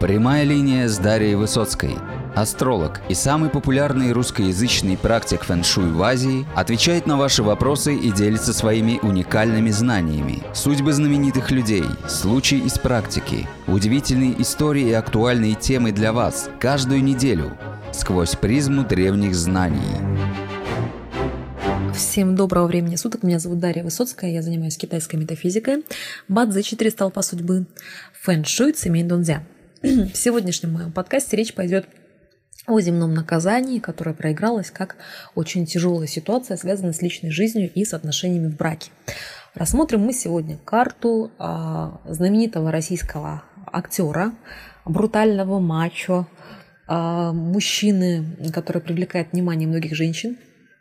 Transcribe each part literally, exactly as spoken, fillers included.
Прямая линия с Дарьей Высоцкой. Астролог и самый популярный русскоязычный практик фэн-шуй в Азии отвечает на ваши вопросы и делится своими уникальными знаниями. Судьбы знаменитых людей, случаи из практики, удивительные истории и актуальные темы для вас каждую неделю сквозь призму древних знаний. Всем доброго времени суток. Меня зовут Дарья Высоцкая. Я занимаюсь китайской метафизикой, бадзи, четыре столпа судьбы, фэн-шуй, цимэнь дунцзя. В сегодняшнем моем подкасте речь пойдет о земном наказании, которое проигралось как очень тяжелая ситуация, связанная с личной жизнью и с отношениями в браке. Рассмотрим мы сегодня карту а, знаменитого российского актера, брутального мачо, а, мужчины, который привлекает внимание многих женщин,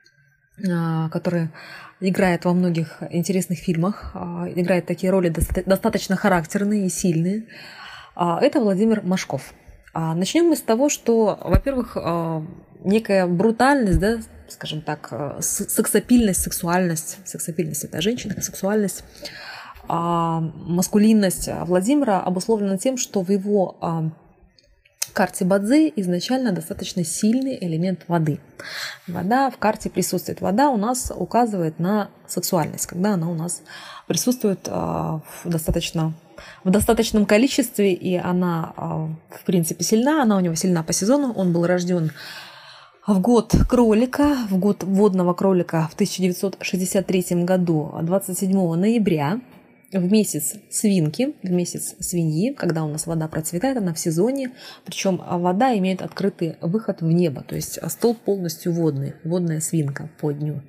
а, который играет во многих интересных фильмах, а, играет такие роли доста- достаточно характерные и сильные. Это Владимир Машков. Начнем мы с того, что, во-первых, некая брутальность, да, скажем так, сексапильность, сексуальность, сексапильность – это женщина, сексуальность, маскулинность Владимира обусловлена тем, что в его карте бадзи изначально достаточно сильный элемент воды. Вода в карте присутствует. Вода у нас указывает на сексуальность, когда она у нас присутствует в достаточно в достаточном количестве, и она, в принципе, сильна. Она у него сильна по сезону. Он был рожден в год кролика, в год водного кролика в тысяча девятьсот шестьдесят третьем году, двадцать седьмого ноября, в месяц свинки, в месяц свиньи, когда у нас вода процветает, она в сезоне, причем вода имеет открытый выход в небо, то есть столб полностью водный, водная свинка по дню.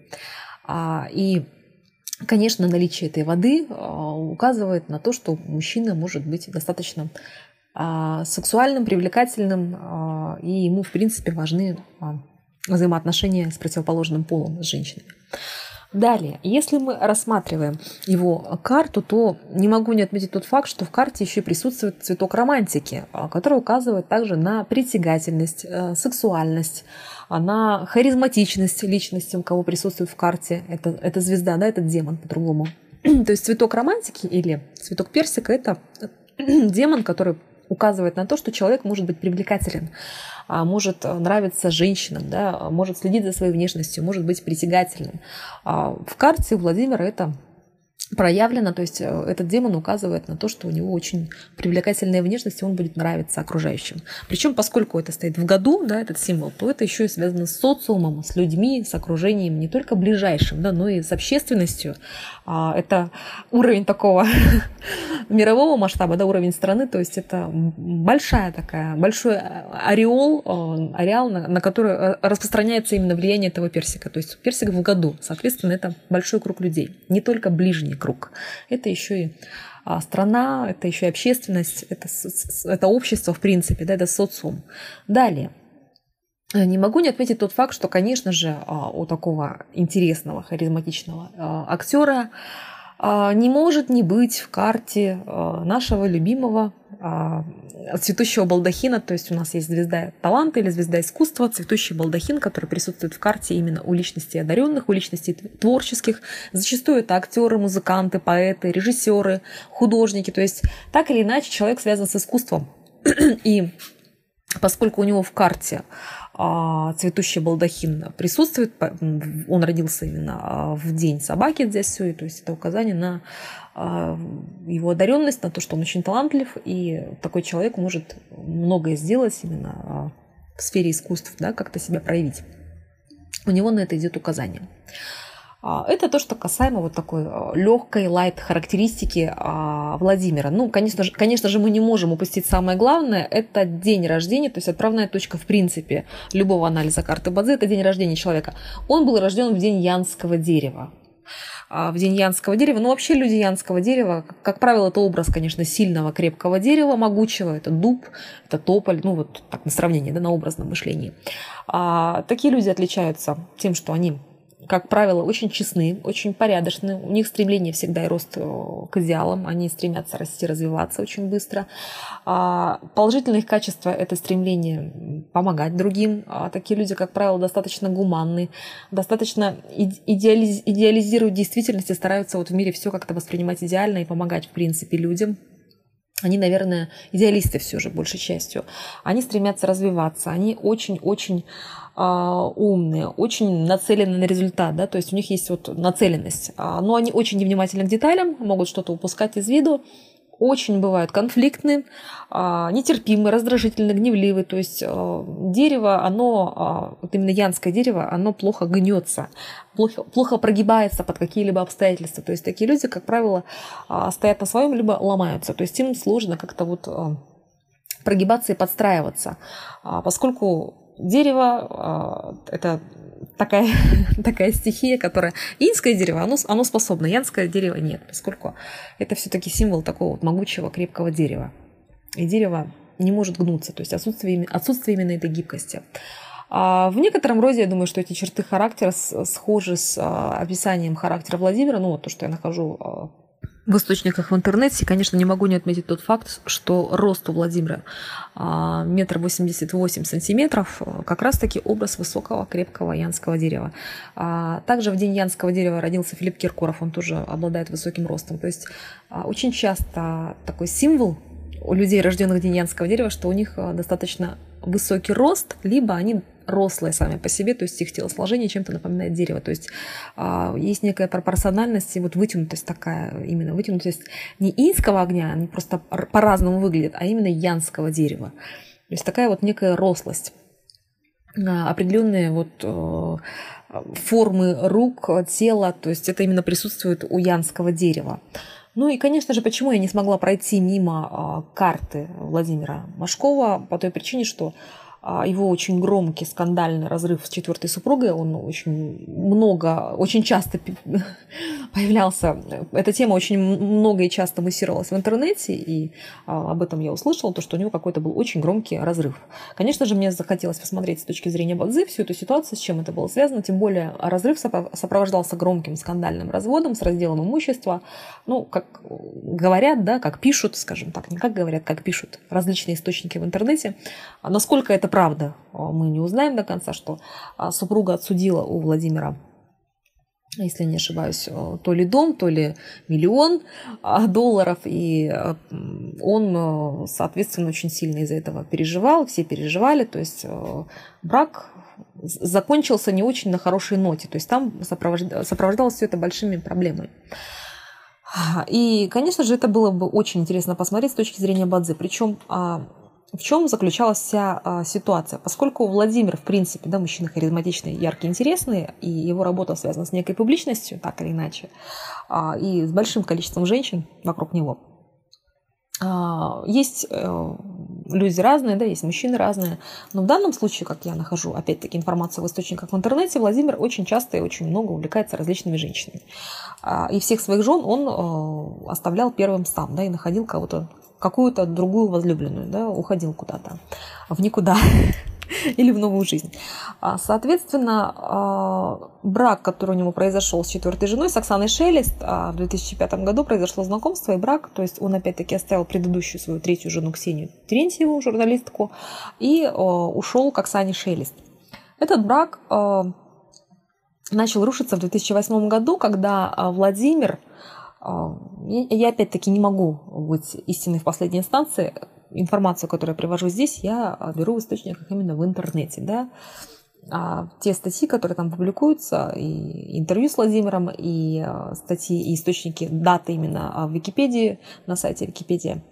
И конечно, наличие этой воды указывает на то, что мужчина может быть достаточно сексуальным, привлекательным, и ему, в принципе, важны взаимоотношения с противоположным полом, с женщиной. Далее, если мы рассматриваем его карту, то не могу не отметить тот факт, что в карте еще присутствует цветок романтики, который указывает также на притягательность, сексуальность, на харизматичность личности, у кого присутствует в карте. Это, это звезда, да, это демон по-другому. То есть цветок романтики или цветок персика – это демон, который указывает на то, что человек может быть привлекателен, может нравиться женщинам, да, может следить за своей внешностью, может быть притягательным. В карте у Владимира это проявлено, то есть этот демон указывает на то, что у него очень привлекательная внешность, и он будет нравиться окружающим. Причем, поскольку это стоит в году, да, этот символ, то это еще и связано с социумом, с людьми, с окружением, не только ближайшим, да, но и с общественностью. Это уровень такого мирового масштаба, да, уровень страны, то есть это большая такая, большой ореол, ареал, на, на который распространяется именно влияние этого персика. То есть персик в году, соответственно, это большой круг людей, не только ближний круг. Это еще и страна, это еще и общественность, это, это общество, в принципе, да, это социум. Далее. Не могу не отметить тот факт, что, конечно же, у такого интересного, харизматичного актера не может не быть в карте нашего любимого цветущего балдахина. То есть у нас есть звезда таланта или звезда искусства, цветущий балдахин, который присутствует в карте именно у личностей одаренных, у личностей творческих. Зачастую это актеры, музыканты, поэты, режиссеры, художники. То есть так или иначе человек связан с искусством. И поскольку у него в карте цветущий балдахин присутствует, он родился именно в день собаки здесь все, то есть это указание на его одаренность, на то, что он очень талантлив, и такой человек может многое сделать именно в сфере искусств, да, как-то себя проявить. У него на это идет указание. Это то, что касаемо вот такой легкой лайт-характеристики Владимира. Ну, конечно же, конечно же, мы не можем упустить самое главное. Это день рождения, то есть отправная точка, в принципе, любого анализа карты бадзи – это день рождения человека. Он был рожден в день янского дерева. В день янского дерева. Ну, вообще люди янского дерева, как правило, это образ, конечно, сильного, крепкого дерева, могучего. Это дуб, это тополь, ну, вот так на сравнение, да, на образном мышлении. А такие люди отличаются тем, что они, как правило, очень честны, очень порядочны. У них стремление всегда и рост к идеалам. Они стремятся расти, развиваться очень быстро. Положительное их качество – это стремление помогать другим. Такие люди, как правило, достаточно гуманны, достаточно идеализ... идеализируют действительность и стараются вот в мире все как-то воспринимать идеально и помогать, в принципе, людям. Они, наверное, идеалисты все же, большей частью. Они стремятся развиваться, они очень-очень э, умные, очень нацелены на результат, да, то есть у них есть вот нацеленность. Но они очень невнимательны к деталям, могут что-то упускать из виду, очень бывают конфликтны, нетерпимы, раздражительны, гневливы. То есть дерево, оно, вот именно янское дерево, оно плохо гнется, плохо, плохо прогибается под какие-либо обстоятельства. То есть такие люди, как правило, стоят на своем, либо ломаются. То есть им сложно как-то вот прогибаться и подстраиваться, поскольку дерево – это такая, такая стихия, которая... Инское дерево, оно, оно способно, янское дерево нет, поскольку это все-таки символ такого вот могучего, крепкого дерева. И дерево не может гнуться, то есть отсутствие, отсутствие именно этой гибкости. А в некотором роде, я думаю, что эти черты характера схожи с описанием характера Владимира, ну вот то, что я нахожу в источниках в интернете. Конечно, не могу не отметить тот факт, что рост у Владимира метр восемьдесят восемь сантиметров, как раз-таки образ высокого, крепкого янского дерева. Также в день янского дерева родился Филипп Киркоров, он тоже обладает высоким ростом. То есть очень часто такой символ у людей, рожденных в день янского дерева, что у них достаточно высокий рост, либо они рослые сами по себе, то есть их телосложение чем-то напоминает дерево. То есть э, есть некая пропорциональность и вот вытянутость такая, именно вытянутость не инского огня, они просто по-разному выглядят, а именно янского дерева. То есть такая вот некая рослость, э, определенные вот э, формы рук, тела, то есть это именно присутствует у янского дерева. Ну и, конечно же, почему я не смогла пройти мимо э, карты Владимира Машкова, по той причине, что его очень громкий скандальный разрыв с четвертой супругой, он очень много, очень часто появлялся, эта тема очень много и часто муссировалась в интернете, и об этом я услышала, то, что у него какой-то был очень громкий разрыв. Конечно же, мне захотелось посмотреть с точки зрения Бадзи всю эту ситуацию, с чем это было связано, тем более разрыв сопровождался громким скандальным разводом с разделом имущества. Ну, как говорят, да, как пишут, скажем так, не как говорят, как пишут различные источники в интернете, насколько это правда, мы не узнаем до конца, что супруга отсудила у Владимира, если не ошибаюсь, то ли дом, то ли миллион долларов, и он, соответственно, очень сильно из-за этого переживал, все переживали, то есть брак закончился не очень на хорошей ноте, то есть там сопровождалось все это большими проблемами. И, конечно же, это было бы очень интересно посмотреть с точки зрения Бадзи, причем в чем заключалась вся а, ситуация? Поскольку Владимир, в принципе, да, мужчина харизматичный, яркий, интересный, и его работа связана с некой публичностью, так или иначе, а, и с большим количеством женщин вокруг него. А, есть а, люди разные, да, есть мужчины разные, но в данном случае, как я нахожу, опять-таки, информацию в источниках в интернете, Владимир очень часто и очень много увлекается различными женщинами. А, и всех своих жен он а, оставлял первым сам, да, и находил кого-то, какую-то другую возлюбленную, да, уходил куда-то, в никуда или в новую жизнь. Соответственно, брак, который у него произошел с четвертой женой, с Оксаной Шелест, в две тысячи пятом году произошло знакомство и брак, то есть он опять-таки оставил предыдущую свою третью жену Ксению Терентьеву, журналистку, и ушел к Оксане Шелест. Этот брак начал рушиться в две тысячи восьмом году, когда Владимир... Я опять-таки не могу быть истинной в последней инстанции. Информацию, которую я привожу здесь, я беру в источниках именно в интернете. Да? А те статьи, которые там публикуются, и интервью с Владимиром, и статьи, и источники, даты именно в Википедии, на сайте Википедия.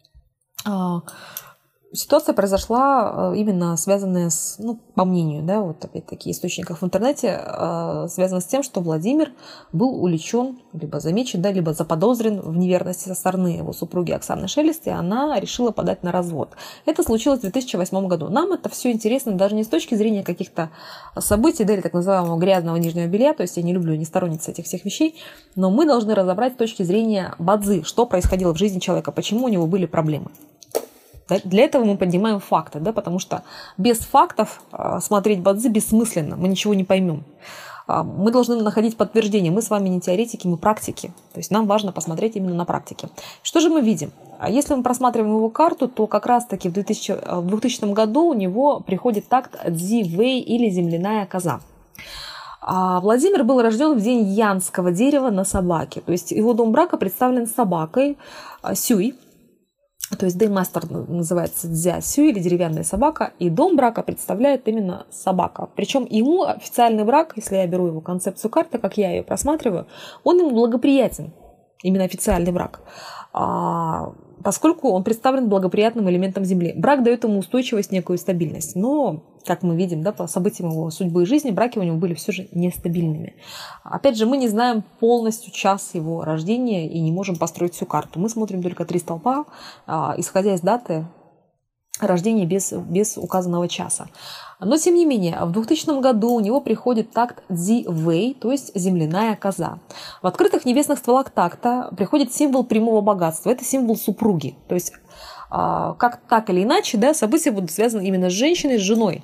Ситуация произошла именно связанная с, ну, по мнению, да, вот опять-таки источников в интернете, связана с тем, что Владимир был увлечен, либо замечен, да, либо заподозрен в неверности со стороны его супруги Оксаны Шелест, и она решила подать на развод. Это случилось в две тысячи восьмом году. Нам это все интересно даже не с точки зрения каких-то событий, да, или так называемого грязного нижнего белья, то есть я не люблю, не сторонница этих всех вещей, но мы должны разобрать с точки зрения Бадзи, что происходило в жизни человека, почему у него были проблемы. Для этого мы поднимаем факты, да, потому что без фактов смотреть Бадзи бессмысленно, мы ничего не поймем. Мы должны находить подтверждение. Мы с вами не теоретики, мы практики. То есть нам важно посмотреть именно на практике. Что же мы видим? Если мы просматриваем его карту, то как раз-таки в двухтысячном году у него приходит такт Дзи Вэй или земляная коза. Владимир был рожден в день янского дерева на собаке. То есть его дом брака представлен собакой Сюй. То есть деймастер называется дзя сюй или деревянная собака, и дом брака представляет именно собака. Причем ему официальный брак, если я беру его концепцию карты, как я ее просматриваю, он ему благоприятен, именно официальный брак, поскольку он представлен благоприятным элементом Земли. Брак дает ему устойчивость, некую стабильность, но, как мы видим, да, по событиям его судьбы и жизни, браки у него были все же нестабильными. Опять же, мы не знаем полностью час его рождения и не можем построить всю карту. Мы смотрим только три столпа, исходя из даты рождения без, без указанного часа. Но, тем не менее, в двухтысячном году у него приходит такт Цзи Вэй, то есть земляная коза. В открытых небесных стволах такта приходит символ прямого богатства. Это символ супруги. То есть, как так или иначе, да, события будут связаны именно с женщиной, с женой.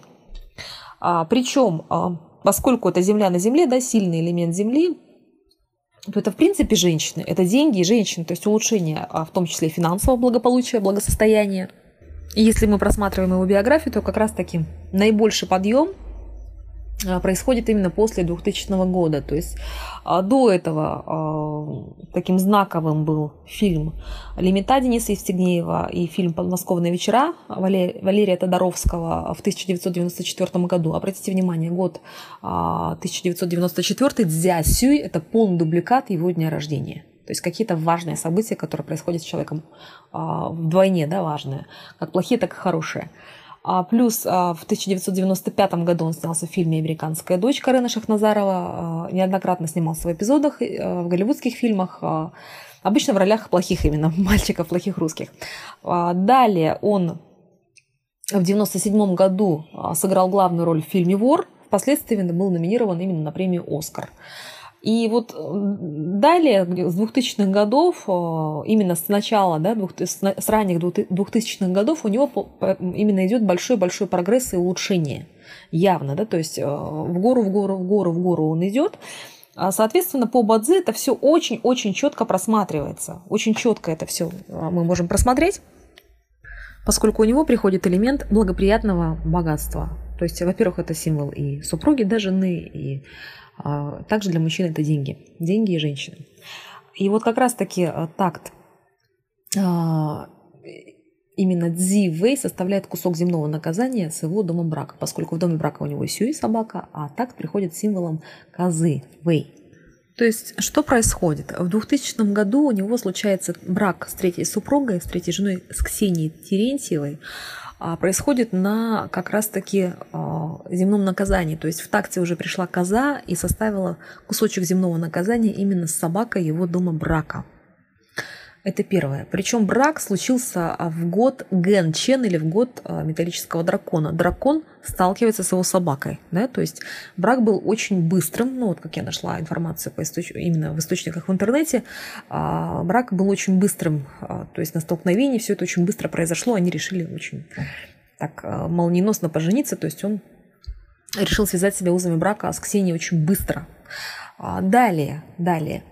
Причем, поскольку это земля на земле, да, сильный элемент земли, то это в принципе женщины, это деньги и женщины, то есть улучшение, в том числе финансового благополучия, благосостояния. И если мы просматриваем его биографию, то как раз таки наибольший подъем происходит именно после двухтысячного года. То есть до этого таким знаковым был фильм «Лимита» Дениса Евстигнеева и фильм «Подмосковные вечера» Валерия Тодоровского в тысяча девятьсот девяносто четвёртом году. Обратите внимание, год тысяча девятьсот девяносто четвёртый, Цзя Сюй – это полный дубликат его дня рождения. То есть какие-то важные события, которые происходят с человеком вдвойне, да, важные, как плохие, так и хорошие. А плюс в тысяча девятьсот девяносто пятом году он снялся в фильме «Американская дочь» Карена Шахназарова, неоднократно снимался в эпизодах, в голливудских фильмах, обычно в ролях плохих именно, мальчиков, плохих русских. Далее он в девяносто седьмом году сыграл главную роль в фильме «Вор», впоследствии был номинирован именно на премию «Оскар». И вот далее, с двухтысячных годов, именно с начала, да, с ранних двухтысячных годов у него именно идет большой-большой прогресс и улучшение. Явно, да, то есть в гору, в гору, в гору, в гору он идет. Соответственно, по Бадзи это все очень-очень четко просматривается. Очень четко это все мы можем просмотреть, поскольку у него приходит элемент благоприятного богатства. То есть, во-первых, это символ и супруги, да, жены, и также для мужчин это деньги. Деньги и женщины. И вот как раз-таки такт именно Цзи Вэй составляет кусок земного наказания с его домом брака, поскольку в доме брака у него сюй собака, а такт приходит символом козы Вэй. То есть что происходит? В двухтысячном году у него случается брак с третьей супругой, с третьей женой, с Ксенией Терентьевой, происходит на как раз-таки земном наказании. То есть в такте уже пришла коза и составила кусочек земного наказания именно с собакой его дома брака. Это первое. Причем брак случился в год Ген Чен или в год металлического дракона. Дракон сталкивается с его собакой. Да? То есть брак был очень быстрым. Ну вот как я нашла информацию по источ... именно в источниках в интернете. Брак был очень быстрым. То есть на столкновении все это очень быстро произошло. Они решили очень так молниеносно пожениться. То есть он решил связать себя узами брака с Ксенией очень быстро. Далее, далее.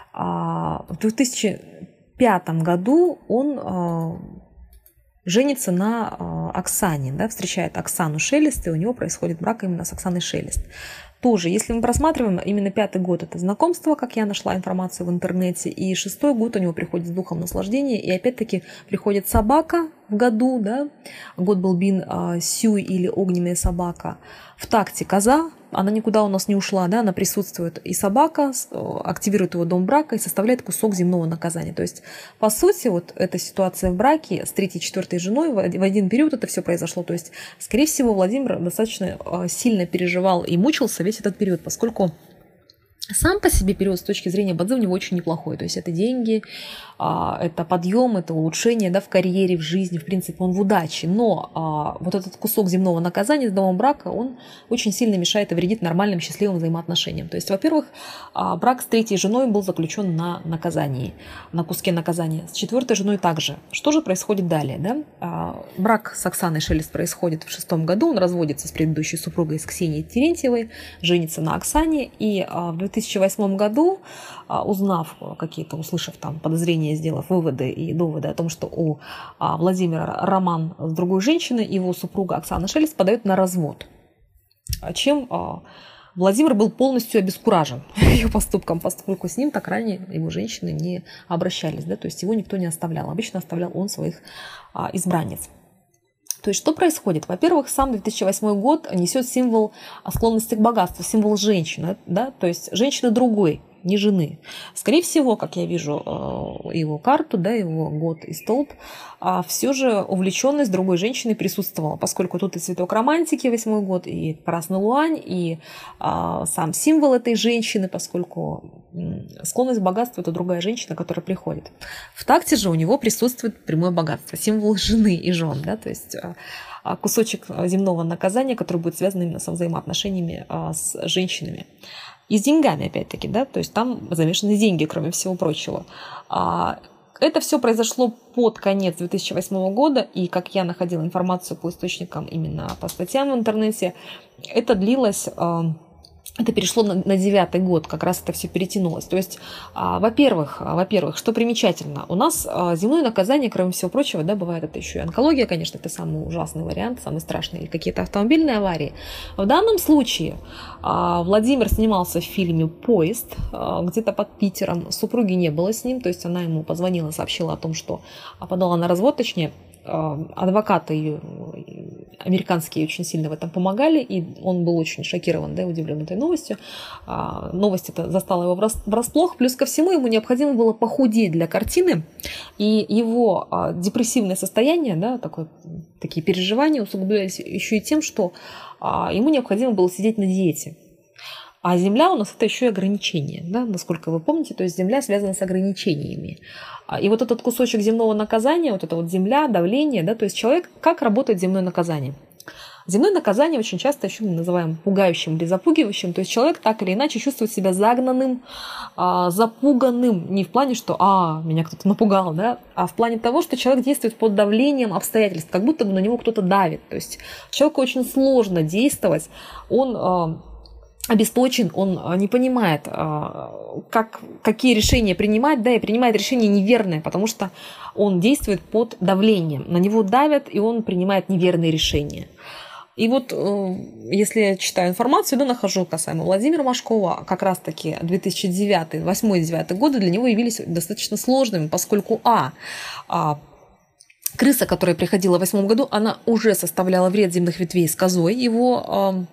В две тысячи пятом году он э, женится на э, Оксане, да, встречает Оксану Шелест, и у него происходит брак именно с Оксаной Шелест. Тоже, если мы просматриваем, именно пятый год это знакомство, как я нашла информацию в интернете, и шестой год у него приходит с духом наслаждения, и опять-таки приходит собака в году, да, год был Бин э, Сюй или огненная собака, в такте коза, она никуда у нас не ушла, да, она присутствует, и собака активирует его дом брака и составляет кусок земного наказания. То есть, по сути, вот эта ситуация в браке с третьей и четвертой женой в один период это все произошло. То есть, скорее всего, Владимир достаточно сильно переживал и мучился весь этот период, поскольку сам по себе период с точки зрения Бадзи у него очень неплохой. То есть это деньги, это подъем, это улучшение, да, в карьере, в жизни, в принципе, он в удаче. Но вот этот кусок земного наказания с домом брака, он очень сильно мешает и вредит нормальным, счастливым взаимоотношениям. То есть, во-первых, брак с третьей женой был заключен на наказании, на куске наказания. С четвертой женой также. Что же происходит далее? Да? Брак с Оксаной Шелест происходит в шестом году, он разводится с предыдущей супругой, с Ксенией Терентьевой, женится на Оксане, и в две тысячи восьмом году, узнав какие-то, услышав там подозрения, сделав выводы и доводы о том, что у Владимира роман с другой женщиной, его супруга Оксана Шелест подает на развод, чем Владимир был полностью обескуражен ее поступком, поскольку с ним так ранее его женщины не обращались, да, то есть его никто не оставлял. Обычно оставлял он своих а, избранниц. То есть что происходит? Во-первых, сам две тысячи восьмой год несет символ склонности к богатству, символ женщины, да, то есть женщины другой, не жены. Скорее всего, как я вижу его карту, да, его год и столб, все же увлеченность другой женщиной присутствовала, поскольку тут и цветок романтики, восьмой год, и красный луань, и а, сам символ этой женщины, поскольку склонность к богатству – это другая женщина, которая приходит. В такте же у него присутствует прямое богатство, символ жены и жен, да, то есть а, кусочек земного наказания, который будет связан именно со взаимоотношениями а, с женщинами. И с деньгами, опять-таки, да, то есть там замешаны деньги, кроме всего прочего. Это все произошло под конец две тысячи восьмого года, и, как я находила информацию по источникам, именно по статьям в интернете, это длилось... Это перешло на, на девятый год, как раз это все перетянулось. То есть, а, во-первых, а, во-первых, что примечательно, у нас а, земное наказание, кроме всего прочего, да, бывает это еще и онкология, конечно, это самый ужасный вариант, самый страшный, или какие-то автомобильные аварии. В данном случае а, Владимир снимался в фильме «Поезд», а, где-то под Питером, супруги не было с ним, то есть она ему позвонила, сообщила о том, что подала на развод, точнее, адвокаты ее, американские, очень сильно в этом помогали, и он был очень шокирован, да, удивлен этой новостью. Новость эта застала его врасплох. Плюс ко всему ему необходимо было похудеть для картины, и его депрессивное состояние, да, такое, такие переживания усугублялись еще и тем, что ему необходимо было сидеть на диете. А земля у нас это еще и ограничение, да, насколько вы помните, то есть земля связана с ограничениями. И вот этот кусочек земного наказания, вот это вот земля, давление, да, то есть человек, как работает земное наказание? Земное наказание очень часто еще мы называем пугающим или запугивающим, то есть человек так или иначе чувствует себя загнанным, запуганным, не в плане, что «а, меня кто-то напугал», да, а в плане того, что человек действует под давлением обстоятельств, как будто бы на него кто-то давит, то есть человеку очень сложно действовать, он... обесточен, он не понимает, как, какие решения принимать, да, и принимает решения неверные, потому что он действует под давлением. На него давят, и он принимает неверные решения. И вот, если я читаю информацию, да, нахожу касаемо Владимира Машкова, как раз-таки две тысячи девятый, восьмой-девятый годы для него явились достаточно сложными, поскольку, а, а крыса, которая приходила в восьмом году, она уже составляла вред земных ветвей с козой, его...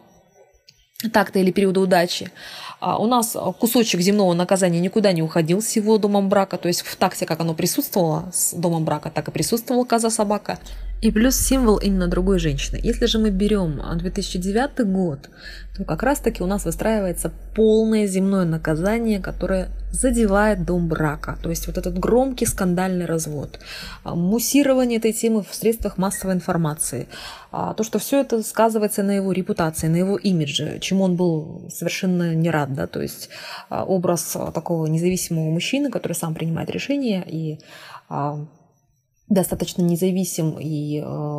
такта или периода удачи. У нас кусочек земного наказания никуда не уходил с его домом брака, то есть в такте, как оно присутствовало с домом брака, так и присутствовала коза-собака. И плюс символ именно другой женщины. Если же мы берем две тысячи девятый год, то как раз-таки у нас выстраивается полное земное наказание, которое задевает дом брака. То есть вот этот громкий скандальный развод, муссирование этой темы в средствах массовой информации, то, что все это сказывается на его репутации, на его имидже, чему он был совершенно не рад. Да? То есть образ такого независимого мужчины, который сам принимает решения и достаточно независим, и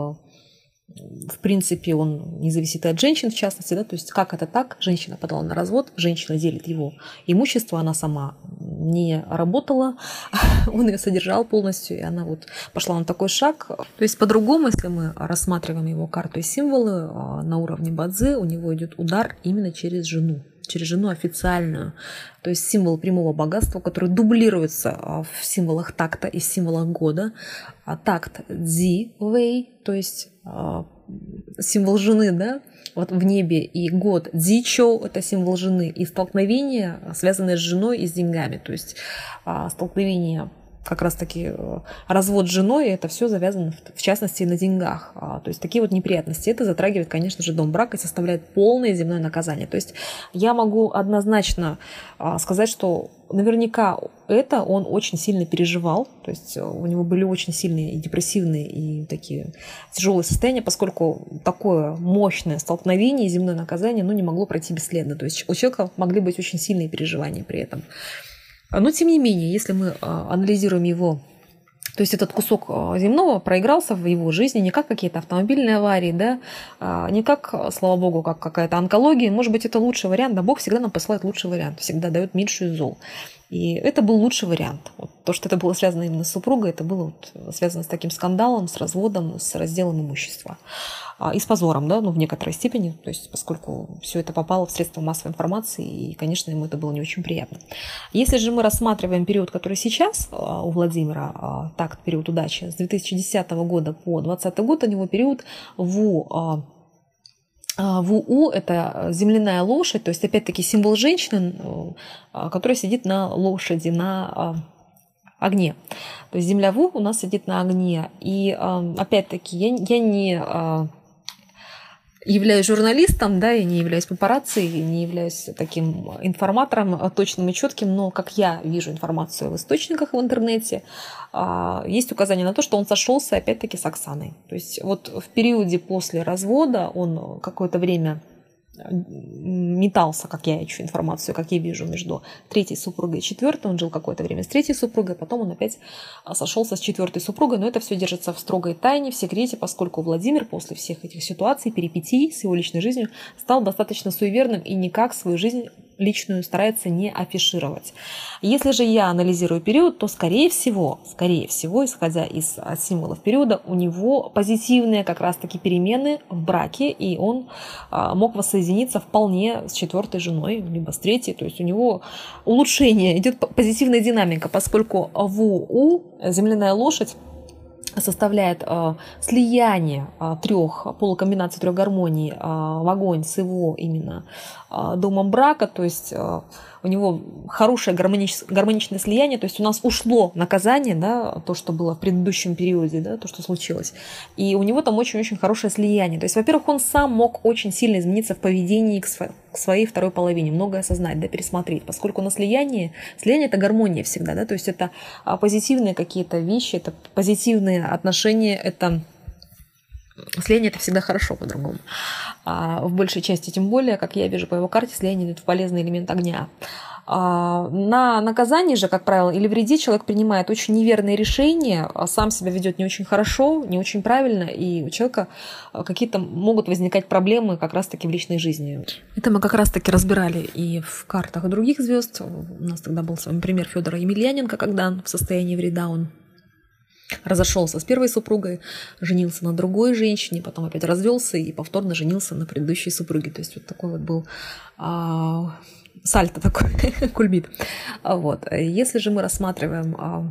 в принципе он не зависит и от женщин, в частности, да, то есть как это так, женщина подала на развод, женщина делит его имущество, она сама не работала, он ее содержал полностью, и она вот пошла на такой шаг. То есть по-другому, если мы рассматриваем его карту и символы на уровне Бадзи, у него идет удар именно через жену, через жену официальную, то есть символ прямого богатства, который дублируется в символах такта и символах года. Такт Дзи Вэй, то есть символ жены, да, вот в небе, и год Дзи Чоу – это символ жены, и столкновение, связанное с женой и с деньгами, то есть столкновение как раз-таки развод с женой, и это все завязано, в частности, на деньгах. То есть такие вот неприятности. Это затрагивает, конечно же, дом брака и составляет полное земное наказание. То есть я могу однозначно сказать, что наверняка это он очень сильно переживал. То есть у него были очень сильные и депрессивные, и такие тяжелые состояния, поскольку такое мощное столкновение, земное наказание, ну, не могло пройти бесследно. То есть у человека могли быть очень сильные переживания при этом. Но, тем не менее, если мы анализируем его, то есть этот кусок земного проигрался в его жизни не как какие-то автомобильные аварии, да, не как, слава богу, как какая-то онкология. Может быть, это лучший вариант, да, Бог всегда нам посылает лучший вариант, всегда дает меньшую из зол. И это был лучший вариант. Вот то, что это было связано именно с супругой, это было вот связано с таким скандалом, с разводом, с разделом имущества. и с позором, да, ну, в некоторой степени, то есть поскольку все это попало в средства массовой информации, и, конечно, ему это было не очень приятно. Если же мы рассматриваем период, который сейчас у Владимира, так, период удачи, с две тысячи десятого года по двадцатый год, у него период в ВУ – это земляная лошадь, то есть опять-таки символ женщины, которая сидит на лошади, на огне. То есть земля ВУ у нас сидит на огне. И опять-таки я, я не являюсь журналистом, да, я не являюсь папарацци, не являюсь таким информатором точным и четким, но как я вижу информацию в источниках в интернете, есть указание на то, что он сошелся опять-таки с Оксаной. То есть вот в периоде после развода он какое-то время метался, как я ищу информацию, как я вижу, между третьей супругой и четвертой. Он жил какое-то время с третьей супругой, потом он опять сошелся с четвертой супругой, но это все держится в строгой тайне, в секрете, поскольку Владимир после всех этих ситуаций, перипетий с его личной жизнью стал достаточно суеверным и никак свою жизнь личную старается не афишировать. Если же я анализирую период, то скорее всего, скорее всего, исходя из символов периода, у него позитивные как раз-таки перемены в браке, и он мог воссоединиться вполне с четвертой женой, либо с третьей. То есть у него улучшение, идет позитивная динамика, поскольку ВУ, земляная лошадь, составляет э, слияние э, трех, полукомбинации трех гармоний э, в огонь с его именно э, домом брака, то есть э, у него хорошее гармонич, гармоничное слияние, то есть у нас ушло наказание, да, то, что было в предыдущем периоде, да, то, что случилось, и у него там очень-очень хорошее слияние. То есть, во-первых, он сам мог очень сильно измениться в поведении к, сво- к своей второй половине, многое осознать, да, пересмотреть, поскольку на слияние, слияние – это гармония всегда, да, то есть это позитивные какие-то вещи, это позитивные отношения, это слияние – это всегда хорошо по-другому. А в большей части, тем более, как я вижу по его карте, слияние идет в полезный элемент огня. А на наказание же, как правило, или вреде человек принимает очень неверные решения, сам себя ведет не очень хорошо, не очень правильно, и у человека какие-то могут возникать проблемы как раз-таки в личной жизни. Это мы как раз-таки разбирали и в картах других звезд. У нас тогда был с вами пример Федора Емельяненко, когда в состоянии вреда он разошелся с первой супругой, женился на другой женщине, потом опять развелся и повторно женился на предыдущей супруге. То есть вот такой вот был а, сальто такой, кульбит. Вот. Если же мы рассматриваем а,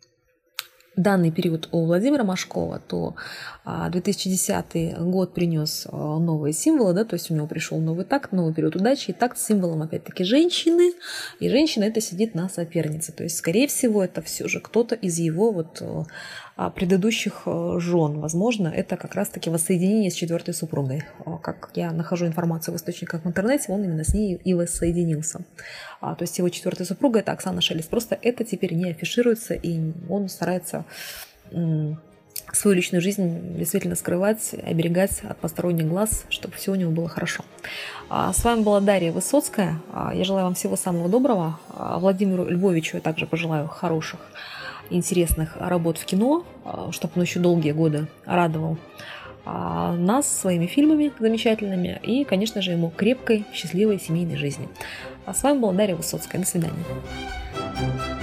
данный период у Владимира Машкова, то две тысячи десятый год принес новые символы, да, то есть у него пришел новый такт, новый период удачи, и такт с символом опять-таки женщины, и женщина это сидит на сопернице, то есть скорее всего это все же кто-то из его вот предыдущих жен, возможно, это как раз-таки воссоединение с четвертой супругой, как я нахожу информацию в источниках в интернете, он именно с ней и воссоединился, то есть его четвертая супруга это Оксана Шелест, просто это теперь не афишируется, и он старается свою личную жизнь действительно скрывать, оберегать от посторонних глаз, чтобы все у него было хорошо. С вами была Дарья Высоцкая. Я желаю вам всего самого доброго. Владимиру Львовичу я также пожелаю хороших, интересных работ в кино, чтобы он еще долгие годы радовал нас своими фильмами замечательными и, конечно же, ему крепкой, счастливой семейной жизни. А с вами была Дарья Высоцкая. До свидания.